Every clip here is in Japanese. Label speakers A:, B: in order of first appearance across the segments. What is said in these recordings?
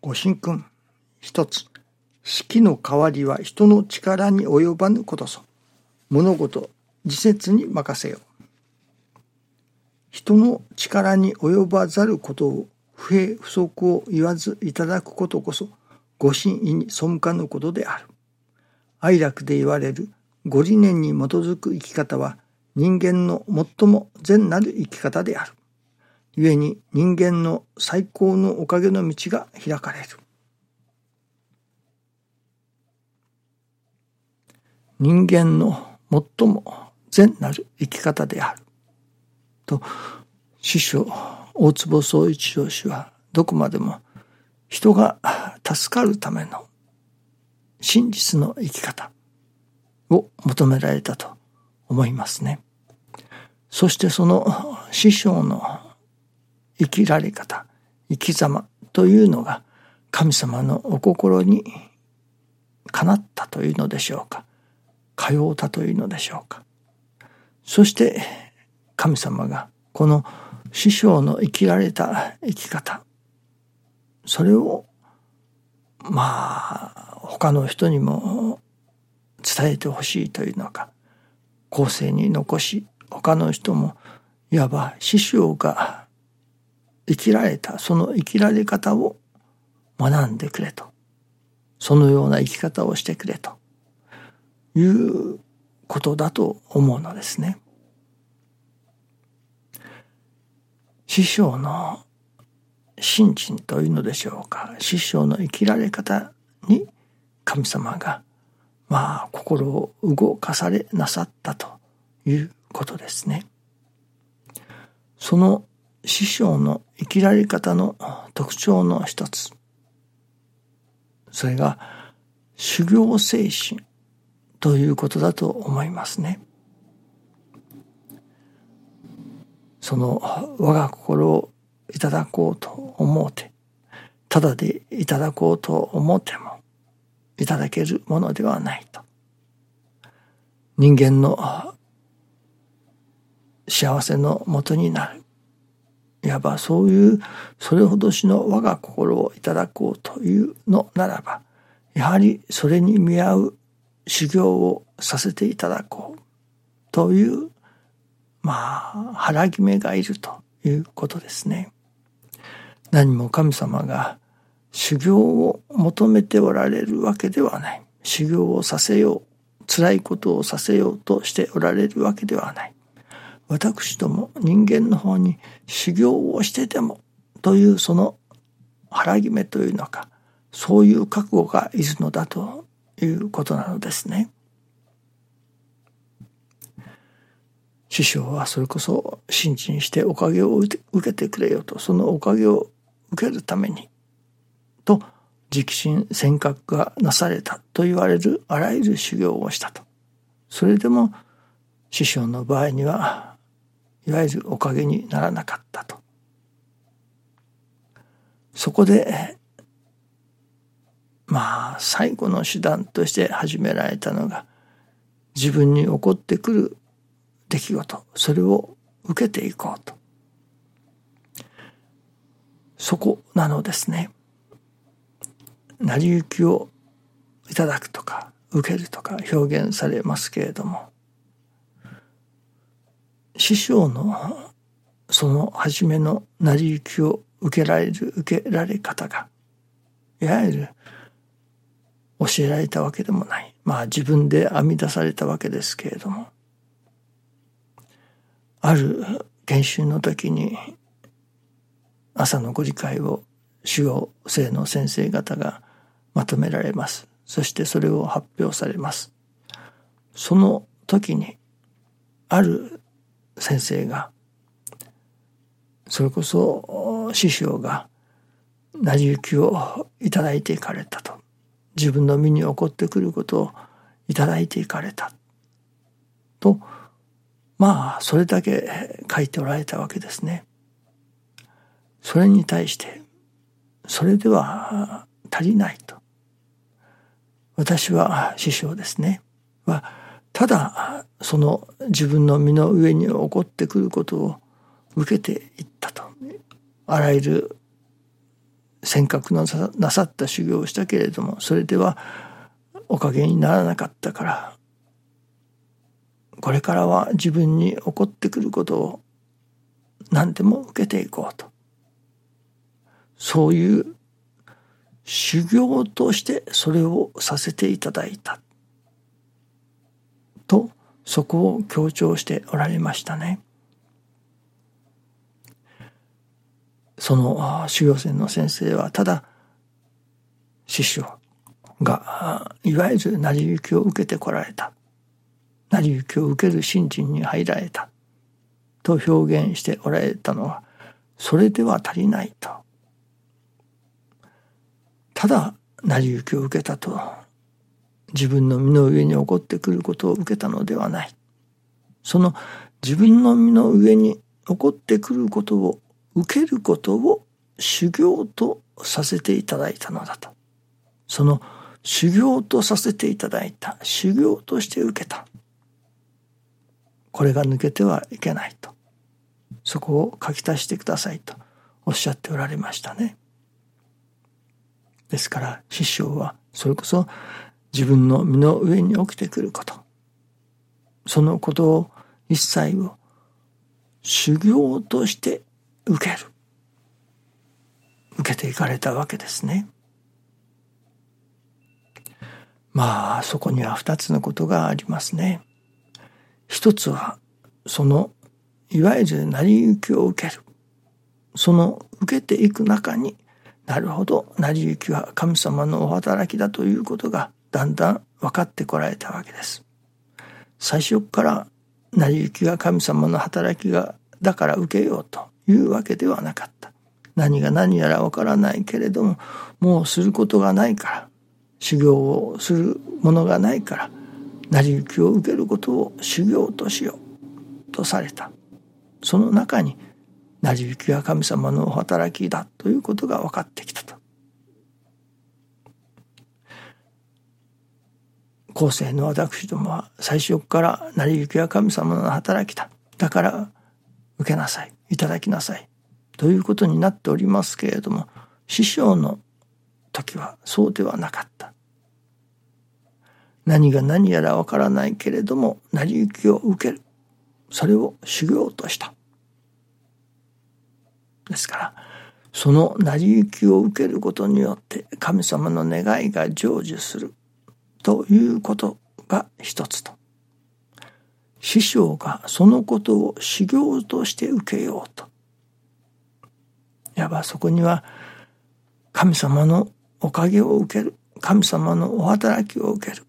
A: ご神君。一つ、式の代わりは人の力に及ばぬことぞ。物事、自節に任せよ。人の力に及ばざることを不平不足を言わずいただくことこそ、ご神意に背かぬことである。哀楽で言われるご理念に基づく生き方は、人間の最も善なる生き方である。故に人間の最高のおかげの道が開かれる。人間の最も善なる生き方である。と、師匠大坪宗一郎氏はどこまでも人が助かるための真実の生き方を求められたと思いますね。そしてその師匠の生きられ方、生き様というのが神様のお心にかなったというのでしょうか。かようたというのでしょうか。そして神様がこの師匠の生きられた生き方、それを他の人にも伝えてほしいというのか、後世に残し、他の人もいわば師匠が生きられたその生きられ方を学んでくれと、そのような生き方をしてくれということだと思うのですね。師匠の信心というのでしょうか、師匠の生きられ方に神様が心を動かされなさったということですね。その師匠の生きられ方の特徴の一つ、それが修行精神ということだと思いますね。その我が心をいただこうと思うて、ただでいただこうと思ってもいただけるものではないと。人間の幸せのもとになる、いわばそういうそれほどしの我が心をいただこうというのならば、やはりそれに見合う修行をさせていただこうという腹決めがいるということですね。何も神様が修行を求めておられるわけではない。修行をさせよう、辛いことをさせようとしておられるわけではない。私ども人間の方に修行をしてでもというその腹決めというのか、そういう覚悟がいるのだということなのですね。師匠はそれこそ信心しておかげを受けてくれよと、そのおかげを受けるためにと直心尖閣がなされたと言われるあらゆる修行をしたと。それでも師匠の場合にはいわゆるおかげにならなかったと。そこで最後の手段として始められたのが、自分に起こってくる出来事、それを受けていこうと。そこなのですね。成り行きをいただくとか受けるとか表現されますけれども、師匠のその初めの成り行きを受けられ方が、いわゆる教えられたわけでもない。自分で編み出されたわけですけれども、ある研修の時に朝のご理解を修行生の先生方がまとめられます。そしてそれを発表されます。その時にある先生が、それこそ師匠が成り行きをいただいていかれたと、自分の身に起こってくることをいただいていかれたと、それだけ書いておられたわけですね。それに対してそれでは足りないと。私は師匠ですねただその自分の身の上に起こってくることを受けていったと。あらゆる尖閣のなさった修行をしたけれども、それではおかげにならなかったから、これからは自分に起こってくることを何でも受けていこうと、そういう修行としてそれをさせていただいたと、そこを強調しておられましたね。その修行僧の先生はただ師匠がいわゆる成り行きを受けてこられた、成り行きを受ける信心に入られたと表現しておられたのは、それでは足りないと。ただ成り行きを受けたと自分の身の上に起こってくることを受けたのではない。その自分の身の上に起こってくることを受けることを修行とさせていただいたのだと。その修行とさせていただいた、修行として受けた、これが抜けてはいけないと、そこを書き足してくださいとおっしゃっておられましたね。ですから師匠はそれこそ自分の身の上に起きてくること、そのことを一切を修行として受けていかれたわけですね。まあそこには2つのことがありますね。一つはそのいわゆる成り行きを受ける、その受けていく中に、なるほど、成り行きは神様のお働きだということがだんだん分かってこられたわけです。最初から成り行きが神様の働きがだから受けようというわけではなかった。何が何やら分からないけれども、もうすることがないから、修行をするものがないから、成り行きを受けることを修行としようとされた。その中に成り行きは神様のお働きだということが分かってきたと。後世の私どもは最初から成り行きは神様の働きだ、だから受けなさい、いただきなさいということになっておりますけれども、師匠の時はそうではなかった。何が何やらわからないけれども成り行きを受ける、それを修行とした。ですからその成り行きを受けることによって神様の願いが成就するということが一つと、師匠がそのことを修行として受けようと、いわばそこには神様のおかげを受ける、神様のお働きを受ける、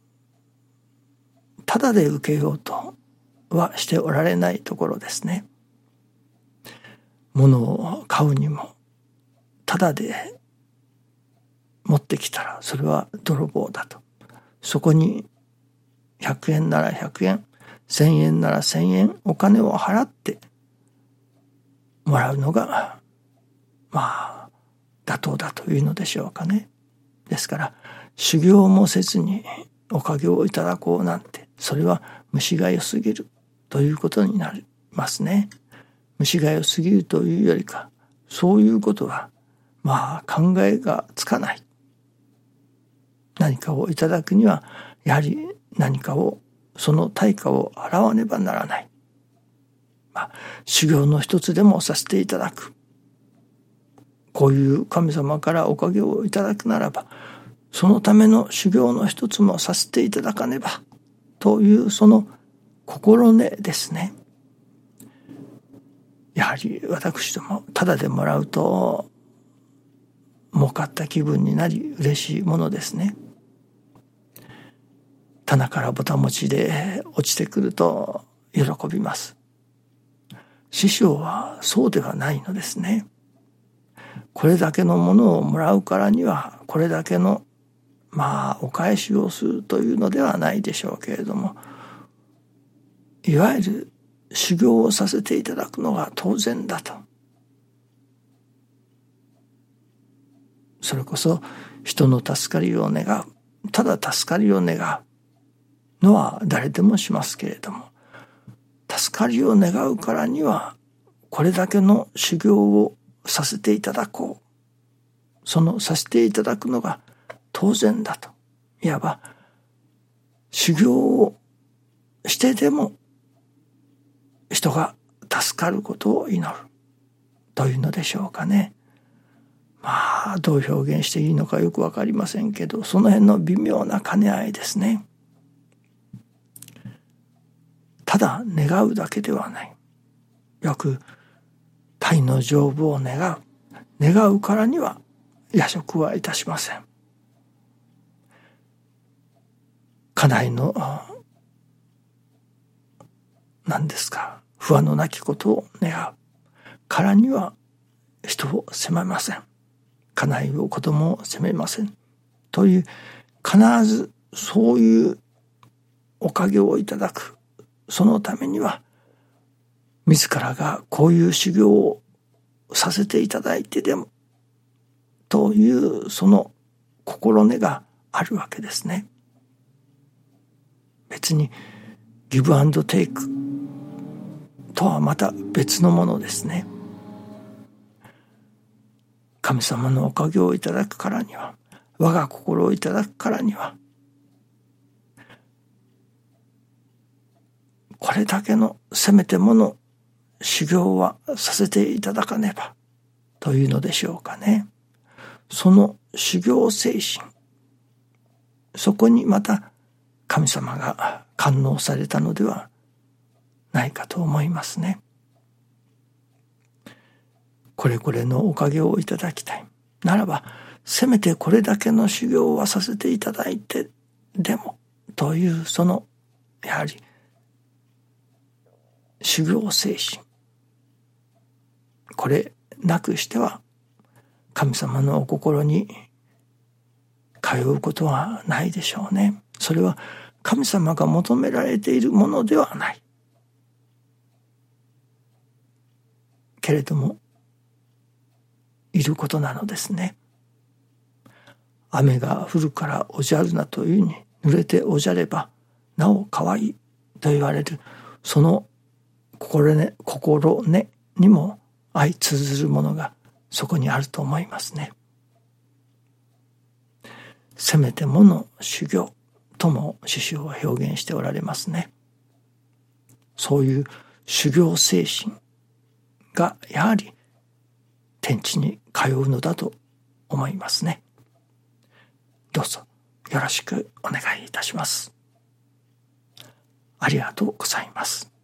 A: ただで受けようとはしておられないところですね。物を買うにもただで持ってきたらそれは泥棒だと、そこに100円なら100円、1000円なら1000円お金を払ってもらうのがまあ妥当だというのでしょうかね。ですから修行もせずにおかげをいただこうなんて、それは虫が良すぎるということになりますね。虫が良すぎるというよりか、そういうことはまあ考えがつかない。何かをいただくにはやはり何かを、その対価を払わねばならない。修行の一つでもさせていただく。こういう神様からおかげをいただくならば、そのための修行の一つもさせていただかねばというその心根ですね。やはり私どもただでもらうと儲かった気分になり嬉しいものですね。棚からぼた餅で落ちてくると喜びます。師匠はそうではないのですね。これだけのものをもらうからにはこれだけのお返しをするというのではないでしょうけれども、いわゆる修行をさせていただくのが当然だと。それこそ人の助かりを願う、ただ助かりを願うのは誰でもしますけれども、助かりを願うからにはこれだけの修行をさせていただこうさせていただくのが当然だと。いわば修行をしてでも人が助かることを祈るというのでしょうかね。どう表現していいのかよくわかりませんけど、その辺の微妙な兼ね合いですね。ただ願うだけではない。よく鯛の成仏を願うからには夜食はいたしません。家内の何ですか、不安のなきことを願うからには人を責めません。家内を子供を責めませんという、必ずそういうおかげをいただく。そのためには自らがこういう修行をさせていただいてでもというその心根があるわけですね。別にギブアンドテイクとはまた別のものですね。神様のおかげをいただくからには、我が心をいただくからには、これだけのせめてもの修行はさせていただかねばというのでしょうかね。その修行精神、そこにまた神様が感応されたのではないかと思いますね。これこれのおかげをいただきたいならば、せめてこれだけの修行はさせていただいてでもという、そのやはり修行精神、これなくしては神様のお心に通うことはないでしょうね。それは神様が求められているものではないけれどもいることなのですね。雨が降るからおじゃるなというに、濡れておじゃればなお可愛いと言われる、その心根にも相通ずるものがそこにあると思いますね。せめてもの修行とも師匠は表現しておられますね。そういう修行精神がやはり天地に通うのだと思いますね。どうぞよろしくお願いいたします。ありがとうございます。